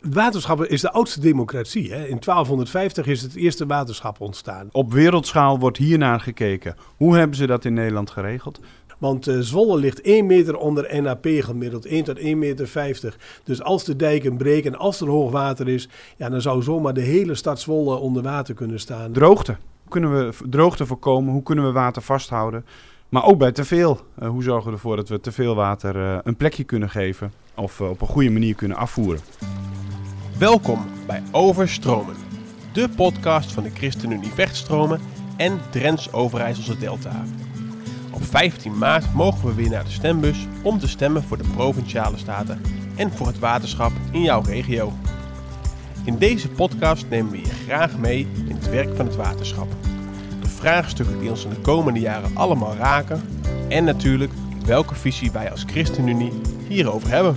Het waterschap is de oudste democratie. Hè? In 1250 is het eerste waterschap ontstaan. Op wereldschaal wordt hiernaar gekeken. Hoe hebben ze dat in Nederland geregeld? Want Zwolle ligt 1 meter onder NAP gemiddeld, 1 tot 1,50 meter. Dus als de dijken breken, als er hoog water is, ja, dan zou zomaar de hele stad Zwolle onder water kunnen staan. Droogte. Hoe kunnen we droogte voorkomen? Hoe kunnen we water vasthouden? Maar ook bij teveel. Hoe zorgen we ervoor dat we teveel water een plekje kunnen geven of op een goede manier kunnen afvoeren? Welkom bij Overstromen, de podcast van de ChristenUnie Vechtstromen en Drents Overijsselse Delta. Op 15 maart mogen we weer naar de stembus om te stemmen voor de Provinciale Staten en voor het waterschap in jouw regio. In deze podcast nemen we je graag mee in het werk van het waterschap. De vraagstukken die ons in de komende jaren allemaal raken en natuurlijk welke visie wij als ChristenUnie hierover hebben.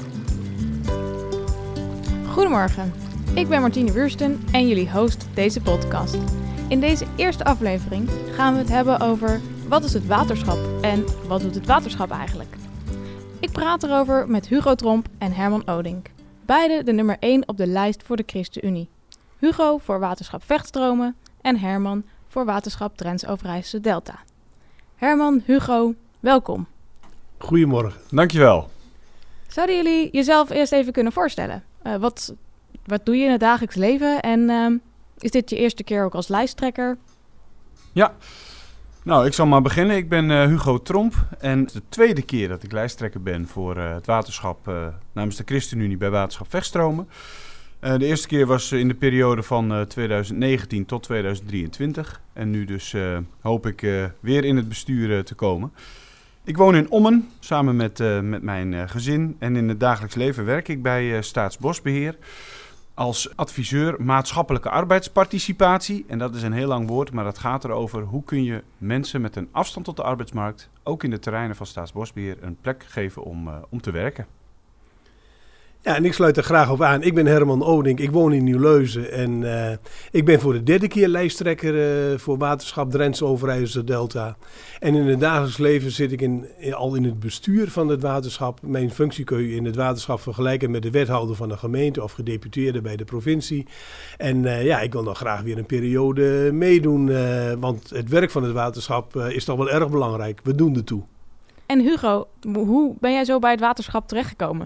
Goedemorgen, ik ben Martine Wursten en jullie host deze podcast. In deze eerste aflevering gaan we het hebben over wat is het waterschap en wat doet het waterschap eigenlijk. Ik praat erover met Hugo Tromp en Herman Odink, beide de nummer 1 op de lijst voor de ChristenUnie. Hugo voor waterschap Vechtstromen en Herman voor waterschap Drents Overijsselse Delta. Herman, Hugo, welkom. Goedemorgen. Dankjewel. Zouden jullie jezelf eerst even kunnen voorstellen? Wat doe je in het dagelijks leven en is dit je eerste keer ook als lijsttrekker? Ja, nou ik zal maar beginnen. Ik ben Hugo Tromp en het is de tweede keer dat ik lijsttrekker ben voor het waterschap namens de ChristenUnie bij waterschap Vechtstromen. De eerste keer was in de periode van 2019 tot 2023 en nu dus hoop ik weer in het bestuur te komen. Ik woon in Ommen samen met mijn gezin en in het dagelijks leven werk ik bij Staatsbosbeheer als adviseur maatschappelijke arbeidsparticipatie. En dat is een heel lang woord, maar dat gaat erover hoe kun je mensen met een afstand tot de arbeidsmarkt, ook in de terreinen van Staatsbosbeheer, een plek geven om te werken. Ja, en ik sluit er graag op aan. Ik ben Herman Odink, ik woon in Nieuw-Leuzen en ik ben voor de 3e keer lijsttrekker voor waterschap Drents Overijsselse Delta. En in het dagelijks leven zit ik al in het bestuur van het waterschap. Mijn functie kun je in het waterschap vergelijken met de wethouder van de gemeente of gedeputeerde bij de provincie. En ik wil nog graag weer een periode meedoen, want het werk van het waterschap is toch wel erg belangrijk. We doen ertoe. En Hugo, hoe ben jij zo bij het waterschap terechtgekomen?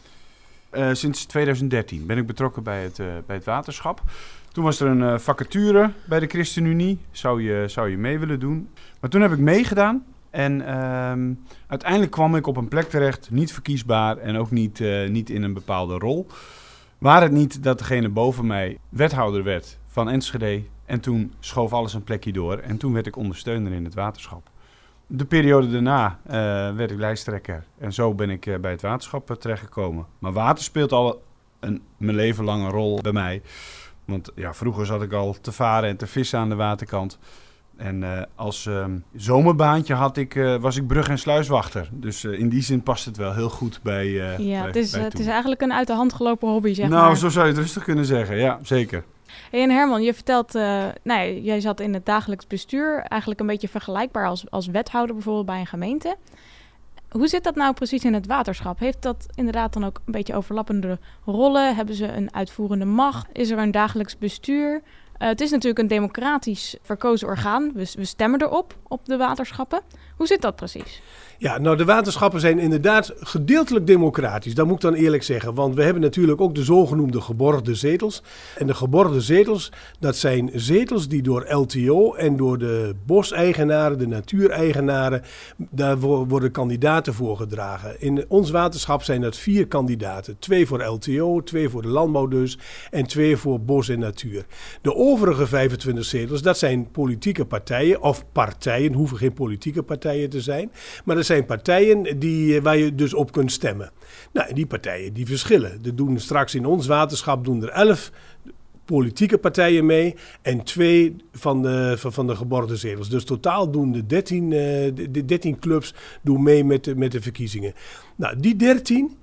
Sinds 2013 ben ik betrokken bij het waterschap. Toen was er een vacature bij de ChristenUnie. Zou je mee willen doen? Maar toen heb ik meegedaan. En uiteindelijk kwam ik op een plek terecht. Niet verkiesbaar en ook niet in een bepaalde rol. Waar het niet dat degene boven mij wethouder werd van Enschede. En toen schoof alles een plekje door. En toen werd ik ondersteuner in het waterschap. De periode daarna werd ik lijsttrekker en zo ben ik bij het waterschap terechtgekomen. Maar water speelt al mijn leven lang een rol bij mij. Want ja, vroeger zat ik al te varen en te vissen aan de waterkant. En als zomerbaantje was ik brug- en sluiswachter. Dus in die zin past het wel heel goed bij het is eigenlijk een uit de hand gelopen hobby, zeg maar. Nou, zo zou je het rustig kunnen zeggen. Ja, zeker. Hey, en Herman, je vertelt, jij zat in het dagelijks bestuur, eigenlijk een beetje vergelijkbaar als wethouder bijvoorbeeld bij een gemeente. Hoe zit dat nou precies in het waterschap? Heeft dat inderdaad dan ook een beetje overlappende rollen? Hebben ze een uitvoerende macht? Is er een dagelijks bestuur? Het is natuurlijk een democratisch verkozen orgaan. We stemmen erop, op de waterschappen. Hoe zit dat precies? Ja, nou de waterschappen zijn inderdaad gedeeltelijk democratisch. Dat moet ik dan eerlijk zeggen. Want we hebben natuurlijk ook de zogenoemde geborgde zetels. En de geborgde zetels, dat zijn zetels die door LTO en door de boseigenaren, de natuureigenaren, daar worden kandidaten voorgedragen. In ons waterschap zijn dat 4 kandidaten. 2 voor LTO, 2 voor de landbouw dus en 2 voor bos en natuur. De overige 25 zetels, dat zijn politieke partijen of partijen, hoeven geen politieke partijen te zijn. Maar er zijn partijen waar je dus op kunt stemmen. Nou, die partijen die verschillen. Er doen straks in ons waterschap er 11 politieke partijen mee en 2 van de geborgde zetels. Dus totaal doen de 13 clubs mee met de verkiezingen. Nou, die 13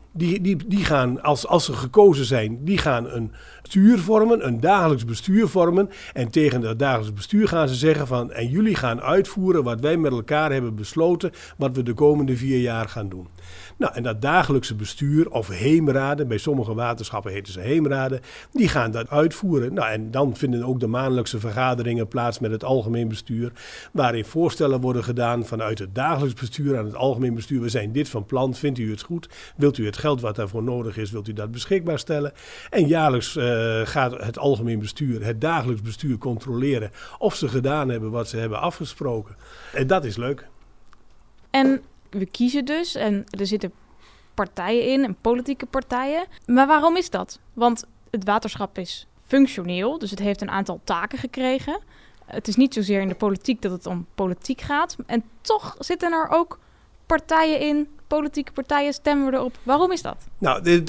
Die gaan, als ze gekozen zijn, die gaan een bestuur vormen, een dagelijks bestuur vormen. En tegen dat dagelijks bestuur gaan ze zeggen van, en jullie gaan uitvoeren wat wij met elkaar hebben besloten, wat we de komende 4 jaar gaan doen. Nou, en dat dagelijkse bestuur, of heemraden, bij sommige waterschappen heten ze heemraden, die gaan dat uitvoeren. Nou, en dan vinden ook de maandelijkse vergaderingen plaats met het algemeen bestuur, waarin voorstellen worden gedaan vanuit het dagelijks bestuur aan het algemeen bestuur. We zijn dit van plan, vindt u het goed? Wilt u het geld wat daarvoor nodig is, wilt u dat beschikbaar stellen? En jaarlijks gaat het algemeen bestuur, het dagelijks bestuur controleren of ze gedaan hebben wat ze hebben afgesproken. En dat is leuk. En we kiezen dus en er zitten partijen in en politieke partijen. Maar waarom is dat? Want het waterschap is functioneel, dus het heeft een aantal taken gekregen. Het is niet zozeer in de politiek dat het om politiek gaat. En toch zitten er ook partijen in, politieke partijen stemmen erop. Waarom is dat? Nou,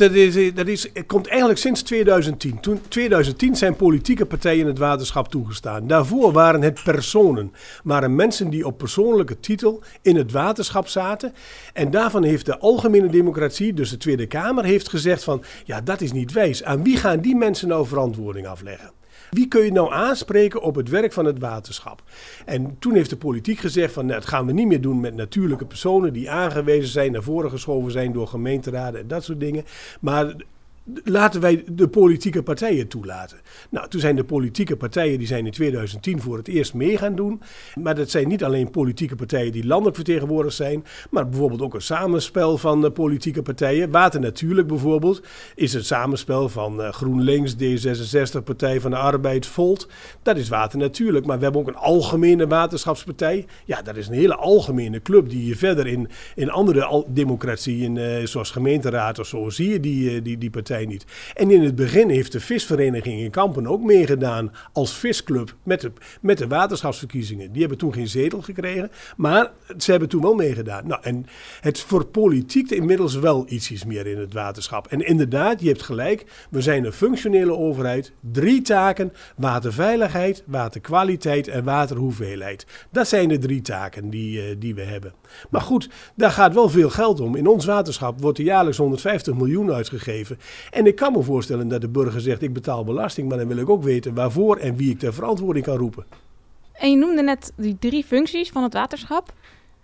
het komt eigenlijk sinds 2010. Toen 2010 zijn politieke partijen het waterschap toegestaan. Daarvoor waren het personen. Waren mensen die op persoonlijke titel in het waterschap zaten. En daarvan heeft de algemene democratie, dus de Tweede Kamer, heeft gezegd van, ja, dat is niet wijs. Aan wie gaan die mensen nou verantwoording afleggen? Wie kun je nou aanspreken op het werk van het waterschap? En toen heeft de politiek gezegd van, nou, dat gaan we niet meer doen met natuurlijke personen die aangewezen zijn, naar voren geschoven zijn door gemeenteraden en dat soort dingen. Maar laten wij de politieke partijen toelaten. Nou, toen zijn de politieke partijen, die zijn in 2010 voor het eerst mee gaan doen. Maar dat zijn niet alleen politieke partijen die landelijk vertegenwoordigd zijn, maar bijvoorbeeld ook een samenspel van politieke partijen. Water Natuurlijk bijvoorbeeld is het samenspel van GroenLinks, D66, Partij van de Arbeid, Volt. Dat is Water Natuurlijk. Maar we hebben ook een algemene waterschapspartij. Ja, dat is een hele algemene club die je verder in andere democratieën, zoals gemeenteraad of zo, zie je die partij niet. En in het begin heeft de visvereniging in Kampen ook meegedaan als visclub met de waterschapsverkiezingen. Die hebben toen geen zetel gekregen, maar ze hebben toen wel meegedaan. Nou, en het voor politiek inmiddels wel ietsjes meer in het waterschap. En inderdaad, je hebt gelijk, we zijn een functionele overheid. 3 taken, waterveiligheid, waterkwaliteit en waterhoeveelheid. Dat zijn de 3 taken die we hebben. Maar goed, daar gaat wel veel geld om. In ons waterschap wordt er jaarlijks 150 miljoen uitgegeven. En ik kan me voorstellen dat de burger zegt, ik betaal belasting, maar dan wil ik ook weten waarvoor en wie ik ter verantwoording kan roepen. En je noemde net die 3 functies van het waterschap.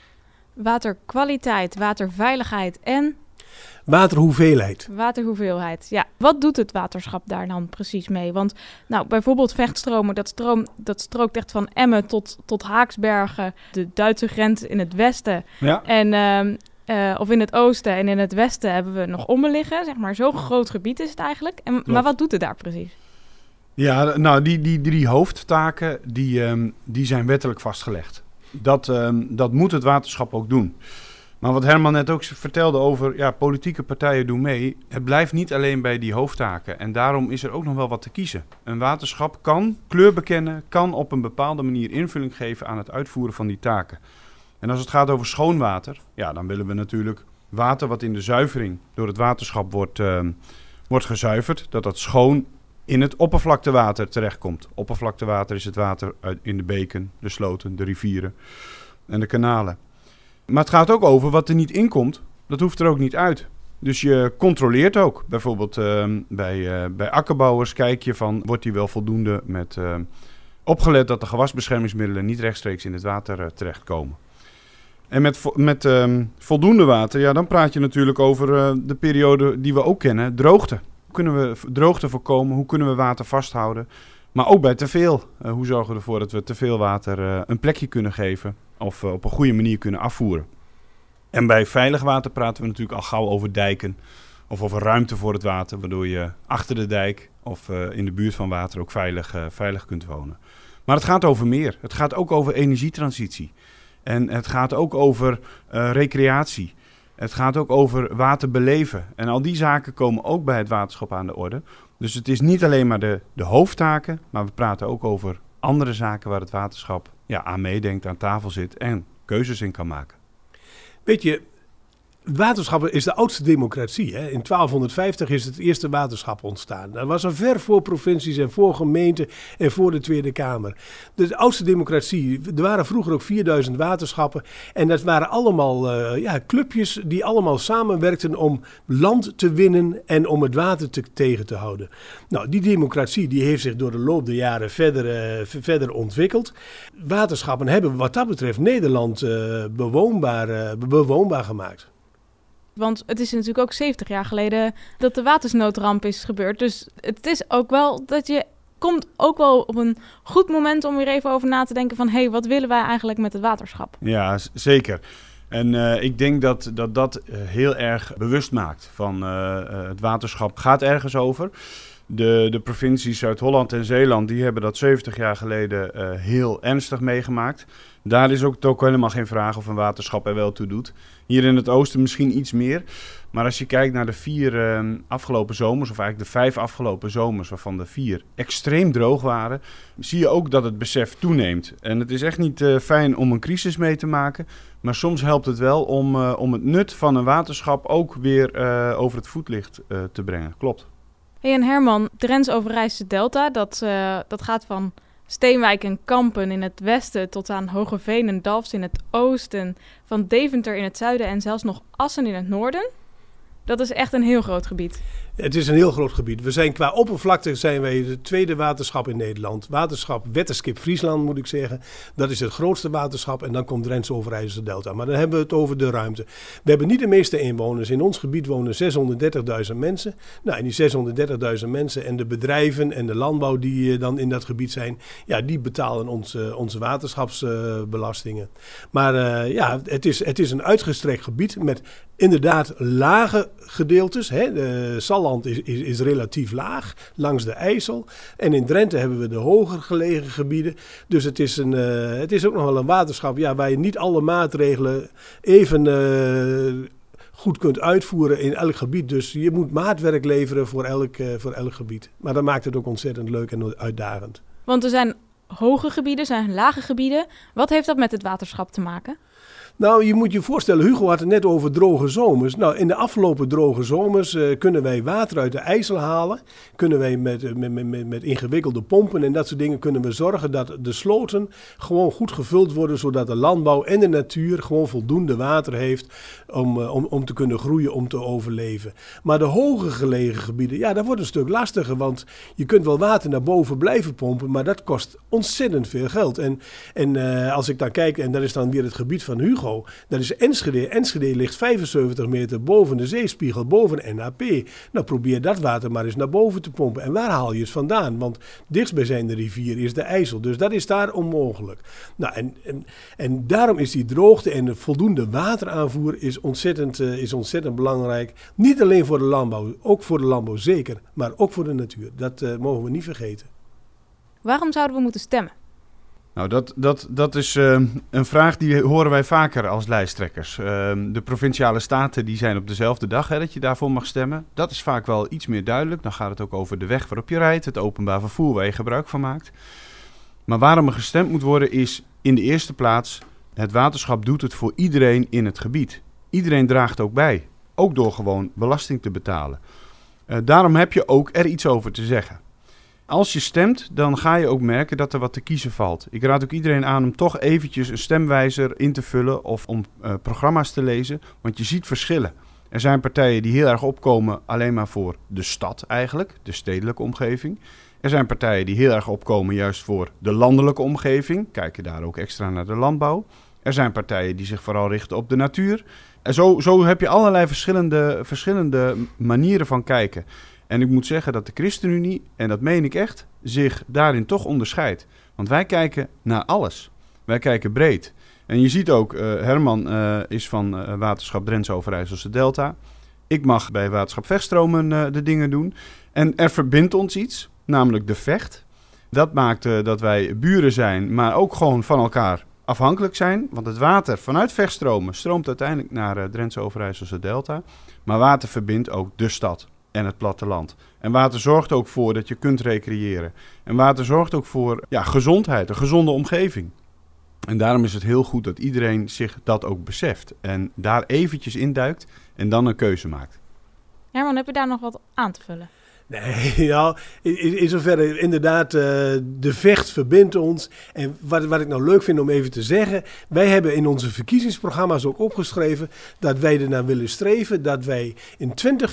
Waterkwaliteit, waterveiligheid en waterhoeveelheid. Waterhoeveelheid, ja. Wat doet het waterschap daar dan precies mee? Want nou, bijvoorbeeld vechtstromen, dat strookt echt van Emmen tot Haaksbergen. De Duitse grens in het westen. Ja. En of in het oosten en in het westen hebben we nog ommelliggen. Zeg maar, zo'n groot gebied is het eigenlijk. Maar wat doet het daar precies? Ja, nou, die 3 hoofdtaken, die zijn wettelijk vastgelegd. Dat moet het waterschap ook doen. Maar wat Herman net ook vertelde over, ja, politieke partijen doen mee. Het blijft niet alleen bij die hoofdtaken. En daarom is er ook nog wel wat te kiezen. Een waterschap kan kleur bekennen, kan op een bepaalde manier invulling geven aan het uitvoeren van die taken. En als het gaat over schoon water, ja, dan willen we natuurlijk water wat in de zuivering door het waterschap wordt gezuiverd, dat schoon in het oppervlaktewater terechtkomt. Oppervlaktewater is het water in de beken, de sloten, de rivieren en de kanalen. Maar het gaat ook over wat er niet inkomt, dat hoeft er ook niet uit. Dus je controleert ook. Bijvoorbeeld bij akkerbouwers kijk je van, wordt die wel voldoende met opgelet dat de gewasbeschermingsmiddelen niet rechtstreeks in het water terechtkomen. En met voldoende water, ja, dan praat je natuurlijk over de periode die we ook kennen, droogte. Hoe kunnen we droogte voorkomen? Hoe kunnen we water vasthouden? Maar ook bij teveel. Hoe zorgen we ervoor dat we teveel water een plekje kunnen geven of op een goede manier kunnen afvoeren? En bij veilig water praten we natuurlijk al gauw over dijken of over ruimte voor het water, waardoor je achter de dijk of in de buurt van water ook veilig kunt wonen. Maar het gaat over meer. Het gaat ook over energietransitie. En het gaat ook over recreatie. Het gaat ook over water beleven. En al die zaken komen ook bij het waterschap aan de orde. Dus het is niet alleen maar de hoofdtaken, maar we praten ook over andere zaken waar het waterschap aan meedenkt, aan tafel zit en keuzes in kan maken. Weet je, Waterschappen is de oudste democratie. Hè? In 1250 is het eerste waterschap ontstaan. Dat was al ver voor provincies en voor gemeenten en voor de Tweede Kamer. De oudste democratie, er waren vroeger ook 4000 waterschappen. En dat waren allemaal clubjes die allemaal samenwerkten om land te winnen en om het water tegen te houden. Nou, die democratie die heeft zich door de loop der jaren verder ontwikkeld. Waterschappen hebben wat dat betreft Nederland bewoonbaar gemaakt. Want het is natuurlijk ook 70 jaar geleden dat de watersnoodramp is gebeurd. Dus het is ook wel dat je komt ook wel op een goed moment om weer even over na te denken van... wat willen wij eigenlijk met het waterschap? Ja, zeker. En ik denk dat heel erg bewust maakt van het waterschap gaat ergens over. De provincies Zuid-Holland en Zeeland die hebben dat 70 jaar geleden heel ernstig meegemaakt. Daar is ook helemaal geen vraag of een waterschap er wel toe doet. Hier in het oosten misschien iets meer. Maar als je kijkt naar de 4 afgelopen zomers, of eigenlijk de 5 afgelopen zomers, waarvan de 4 extreem droog waren, zie je ook dat het besef toeneemt. En het is echt niet fijn om een crisis mee te maken. Maar soms helpt het wel om het nut van een waterschap ook weer over het voetlicht te brengen. Klopt. Hey, en Herman, Drents-Overijsselse Delta, dat gaat van Steenwijk en Kampen in het westen tot aan Hogeveen en Dalfsen in het oosten, van Deventer in het zuiden en zelfs nog Assen in het noorden. Dat is echt een heel groot gebied. Het is een heel groot gebied. We zijn qua oppervlakte zijn wij het tweede waterschap in Nederland. Waterschap Wetterskip Friesland moet ik zeggen. Dat is het grootste waterschap en dan komt Drents-Overijsselse Delta. Maar dan hebben we het over de ruimte. We hebben niet de meeste inwoners. In ons gebied wonen 630.000 mensen. Nou, en die 630.000 mensen en de bedrijven en de landbouw die dan in dat gebied zijn, ja, die betalen onze waterschapsbelastingen. Maar het is een uitgestrekt gebied met inderdaad lage gedeeltes. Hè. De Salland is relatief laag langs de IJssel. En in Drenthe hebben we de hoger gelegen gebieden. Dus het is ook nog wel een waterschap waar je niet alle maatregelen even goed kunt uitvoeren in elk gebied. Dus je moet maatwerk leveren voor elk gebied. Maar dat maakt het ook ontzettend leuk en uitdagend. Want er zijn hoge gebieden, er zijn lage gebieden. Wat heeft dat met het waterschap te maken? Nou, je moet je voorstellen, Hugo had het net over droge zomers. Nou, in de afgelopen droge zomers kunnen wij water uit de IJssel halen. Kunnen wij met ingewikkelde pompen en dat soort dingen kunnen we zorgen dat de sloten gewoon goed gevuld worden, zodat de landbouw en de natuur gewoon voldoende water heeft om te kunnen groeien, om te overleven. Maar de hoger gelegen gebieden, dat wordt een stuk lastiger, want je kunt wel water naar boven blijven pompen, maar dat kost ontzettend veel geld. En als ik dan kijk, en dat is dan weer het gebied van Hugo, dat is Enschede. Enschede ligt 75 meter boven de zeespiegel, boven NAP. Nou, probeer dat water maar eens naar boven te pompen. En waar haal je het vandaan? Want dichtstbijzijnde rivier is de IJssel. Dus dat is daar onmogelijk. Nou, en daarom is die droogte en de voldoende wateraanvoer is ontzettend belangrijk. Niet alleen voor de landbouw, ook voor de landbouw zeker, maar ook voor de natuur. Dat mogen we niet vergeten. Waarom zouden we moeten stemmen? Nou, dat is een vraag die horen wij vaker als lijsttrekkers. De provinciale staten die zijn op dezelfde dag dat je daarvoor mag stemmen. Dat is vaak wel iets meer duidelijk. Dan gaat het ook over de weg waarop je rijdt, het openbaar vervoer waar je gebruik van maakt. Maar waarom er gestemd moet worden is in de eerste plaats, het waterschap doet het voor iedereen in het gebied. Iedereen draagt ook bij, ook door gewoon belasting te betalen. Daarom heb je ook er iets over te zeggen. Als je stemt, dan ga je ook merken dat er wat te kiezen valt. Ik raad ook iedereen aan om toch eventjes een stemwijzer in te vullen of om programma's te lezen, want je ziet verschillen. Er zijn partijen die heel erg opkomen alleen maar voor de stad eigenlijk, de stedelijke omgeving. Er zijn partijen die heel erg opkomen juist voor de landelijke omgeving, kijken daar ook extra naar de landbouw. Er zijn partijen die zich vooral richten op de natuur. En zo heb je allerlei verschillende manieren van kijken. En ik moet zeggen dat de ChristenUnie, en dat meen ik echt, zich daarin toch onderscheidt. Want wij kijken naar alles. Wij kijken breed. En je ziet ook, Herman is van waterschap Drents-Overijsselse Delta. Ik mag bij waterschap Vechtstromen de dingen doen. En er verbindt ons iets, namelijk de vecht. Dat maakt dat wij buren zijn, maar ook gewoon van elkaar afhankelijk zijn. Want het water vanuit Vechtstromen stroomt uiteindelijk naar Drents-Overijsselse Delta. Maar water verbindt ook de stad en het platteland. En water zorgt ook voor dat je kunt recreëren. En water zorgt ook voor gezondheid, een gezonde omgeving. En daarom is het heel goed dat iedereen zich dat ook beseft. En daar eventjes induikt en dan een keuze maakt. Herman, heb je daar nog wat aan te vullen? Nee, ja, in zoverre inderdaad, de Vecht verbindt ons. En wat ik nou leuk vind om even te zeggen, wij hebben in onze verkiezingsprogramma's ook opgeschreven dat wij ernaar willen streven dat wij in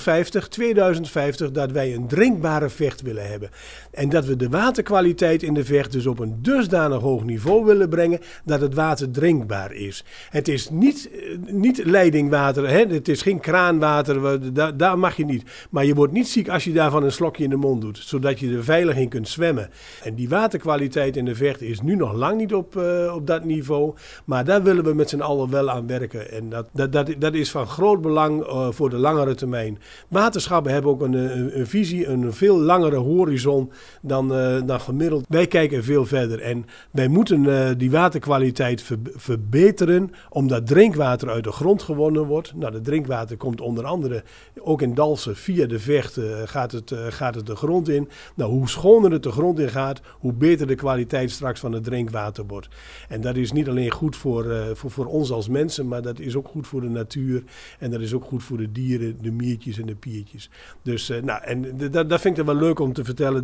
2050, dat wij een drinkbare Vecht willen hebben. En dat we de waterkwaliteit in de Vecht dus op een dusdanig hoog niveau willen brengen dat het water drinkbaar is. Het is niet leidingwater, hè? Het is geen kraanwater, daar mag je niet. Maar je wordt niet ziek als je daarvan een slokje in de mond doet, zodat je er veilig in kunt zwemmen. En die waterkwaliteit in de Vecht is nu nog lang niet op dat niveau, maar daar willen we met z'n allen wel aan werken. En dat is van groot belang voor de langere termijn. Waterschappen hebben ook een visie, een veel langere horizon dan gemiddeld. Wij kijken veel verder en wij moeten die waterkwaliteit verbeteren, omdat drinkwater uit de grond gewonnen wordt. Nou, dat drinkwater komt onder andere ook in Dalfsen via de Vecht gaat het de grond in. Nou, hoe schoner het de grond in gaat, hoe beter de kwaliteit straks van het drinkwater wordt. En dat is niet alleen goed voor ons als mensen, maar dat is ook goed voor de natuur. En dat is ook goed voor de dieren, de miertjes en de piertjes. Dus dat vind ik wel leuk om te vertellen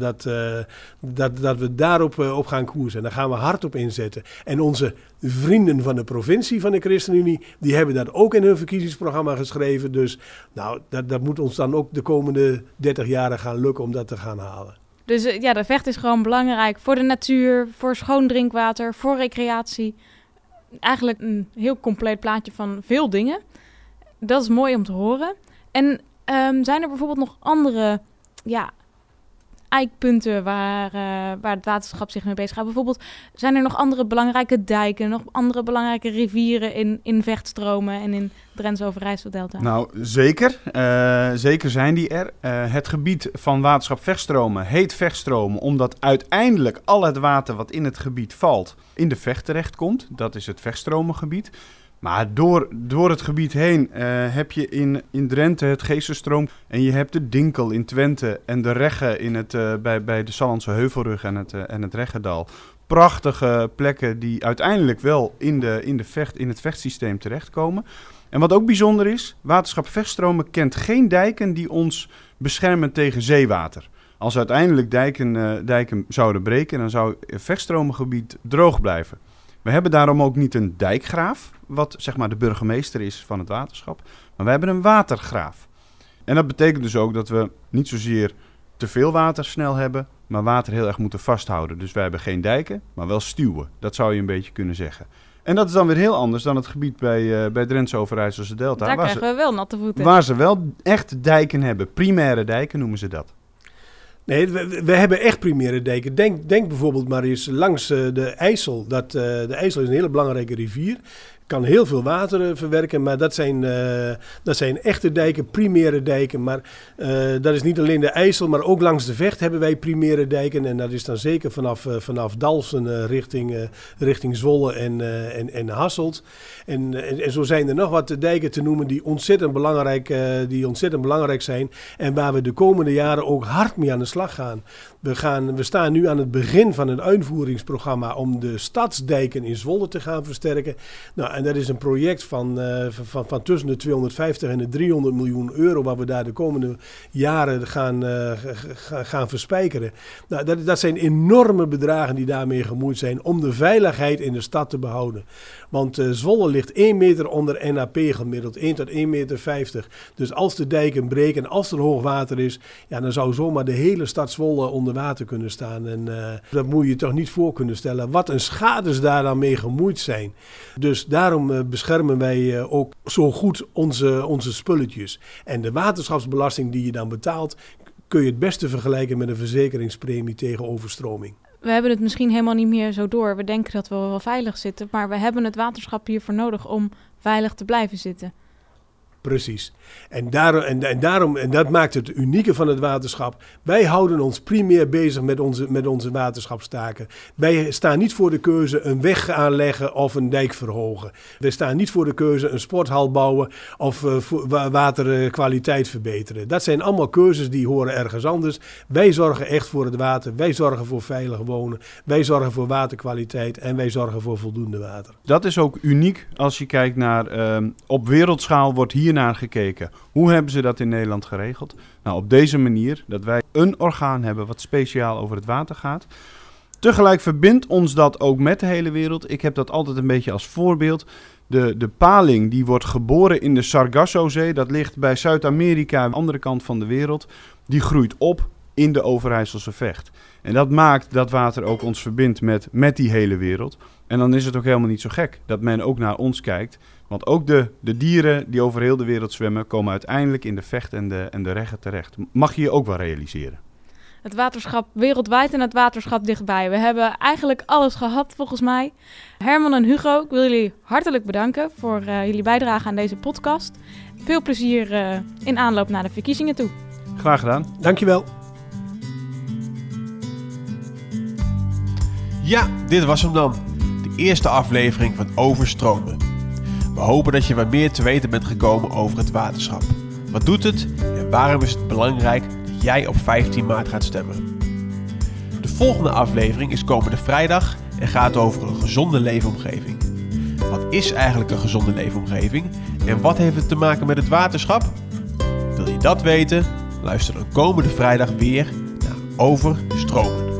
dat we daarop op gaan koersen. En daar gaan we hard op inzetten. En onze vrienden van de provincie van de ChristenUnie, die hebben dat ook in hun verkiezingsprogramma geschreven. Dus nou, dat moet ons dan ook de komende 30 jaren gaan lukken om dat te gaan halen. Dus de Vecht is gewoon belangrijk voor de natuur, voor schoon drinkwater, voor recreatie. Eigenlijk een heel compleet plaatje van veel dingen. Dat is mooi om te horen. En zijn er bijvoorbeeld nog andere eikpunten waar het waterschap zich mee bezig gaat? Bijvoorbeeld, zijn er nog andere belangrijke dijken, nog andere belangrijke rivieren in Vechtstromen en in Drents-Overijssel-delta? Nou, zeker. Zeker zijn die er. Het gebied van waterschap Vechtstromen heet Vechtstromen omdat uiteindelijk al het water wat in het gebied valt in de Vecht terechtkomt. Dat is het Vechtstromengebied. Maar door het gebied heen heb je in Drenthe het Geesterstroom en je hebt de Dinkel in Twente en de Regge bij de Sallandse Heuvelrug en het Reggedal. Prachtige plekken die uiteindelijk wel in het Vechtsysteem terechtkomen. En wat ook bijzonder is, waterschap Vechtstromen kent geen dijken die ons beschermen tegen zeewater. Als uiteindelijk dijken zouden breken, dan zou het Vechtstromengebied droog blijven. We hebben daarom ook niet een dijkgraaf, wat zeg maar de burgemeester is van het waterschap. Maar we hebben een watergraaf. En dat betekent dus ook dat we niet zozeer te veel water snel hebben, maar water heel erg moeten vasthouden. Dus wij hebben geen dijken, maar wel stuwen. Dat zou je een beetje kunnen zeggen. En dat is dan weer heel anders dan het gebied bij Drents-Overijsselse delta. Daar krijgen we wel natte voeten. Waar ze wel echt dijken hebben. Primaire dijken noemen ze dat. Nee, we hebben echt primaire dijken. Denk bijvoorbeeld maar eens langs de IJssel. De IJssel is een hele belangrijke rivier. Kan heel veel water verwerken, maar dat zijn echte dijken, primaire dijken. Maar dat is niet alleen de IJssel, maar ook langs de Vecht hebben wij primaire dijken. En dat is dan zeker vanaf Dalfsen richting Zwolle en Hasselt. En zo zijn er nog wat dijken te noemen die ontzettend belangrijk zijn. En waar we de komende jaren ook hard mee aan de slag gaan. We staan nu aan het begin van een uitvoeringsprogramma om de stadsdijken in Zwolle te gaan versterken. Nou, en dat is een project van tussen de 250 en de 300 miljoen euro waar we daar de komende jaren gaan verspijkeren. Nou, dat zijn enorme bedragen die daarmee gemoeid zijn om de veiligheid in de stad te behouden. Want Zwolle ligt 1 meter onder NAP gemiddeld, 1 tot 1,50 meter. Dus als de dijken breken, als er hoog water is, dan zou zomaar de hele stad Zwolle onder water kunnen staan. En dat moet je je toch niet voor kunnen stellen. Wat een schades daar dan mee gemoeid zijn. Dus daarom beschermen wij ook zo goed onze spulletjes. En de waterschapsbelasting die je dan betaalt, kun je het beste vergelijken met een verzekeringspremie tegen overstroming. We hebben het misschien helemaal niet meer zo door. We denken dat we wel veilig zitten, maar we hebben het waterschap hiervoor nodig om veilig te blijven zitten. Precies. En dat maakt het unieke van het waterschap. Wij houden ons primair bezig met onze waterschapstaken. Wij staan niet voor de keuze een weg aanleggen of een dijk verhogen. Wij staan niet voor de keuze een sporthal bouwen of waterkwaliteit verbeteren. Dat zijn allemaal keuzes die horen ergens anders. Wij zorgen echt voor het water. Wij zorgen voor veilig wonen. Wij zorgen voor waterkwaliteit en wij zorgen voor voldoende water. Dat is ook uniek als je kijkt naar, op wereldschaal wordt hiernaar gekeken. Hoe hebben ze dat in Nederland geregeld? Nou, op deze manier, dat wij een orgaan hebben wat speciaal over het water gaat. Tegelijk verbindt ons dat ook met de hele wereld. Ik heb dat altijd een beetje als voorbeeld. De paling die wordt geboren in de Sargassozee, dat ligt bij Zuid-Amerika, aan de andere kant van de wereld. Die groeit op in de Overijsselse Vecht. En dat maakt dat water ook ons verbindt met die hele wereld. En dan is het ook helemaal niet zo gek dat men ook naar ons kijkt. Want ook de dieren die over heel de wereld zwemmen, komen uiteindelijk in de Vecht en de Regge terecht. Mag je je ook wel realiseren. Het waterschap wereldwijd en het waterschap dichtbij. We hebben eigenlijk alles gehad volgens mij. Herman en Hugo, ik wil jullie hartelijk bedanken voor jullie bijdrage aan deze podcast. Veel plezier in aanloop naar de verkiezingen toe. Graag gedaan. Dankjewel. Ja, dit was hem dan. De eerste aflevering van Overstromen. We hopen dat je wat meer te weten bent gekomen over het waterschap. Wat doet het en waarom is het belangrijk dat jij op 15 maart gaat stemmen? De volgende aflevering is komende vrijdag en gaat over een gezonde leefomgeving. Wat is eigenlijk een gezonde leefomgeving en wat heeft het te maken met het waterschap? Wil je dat weten? Luister dan komende vrijdag weer naar Overstromen.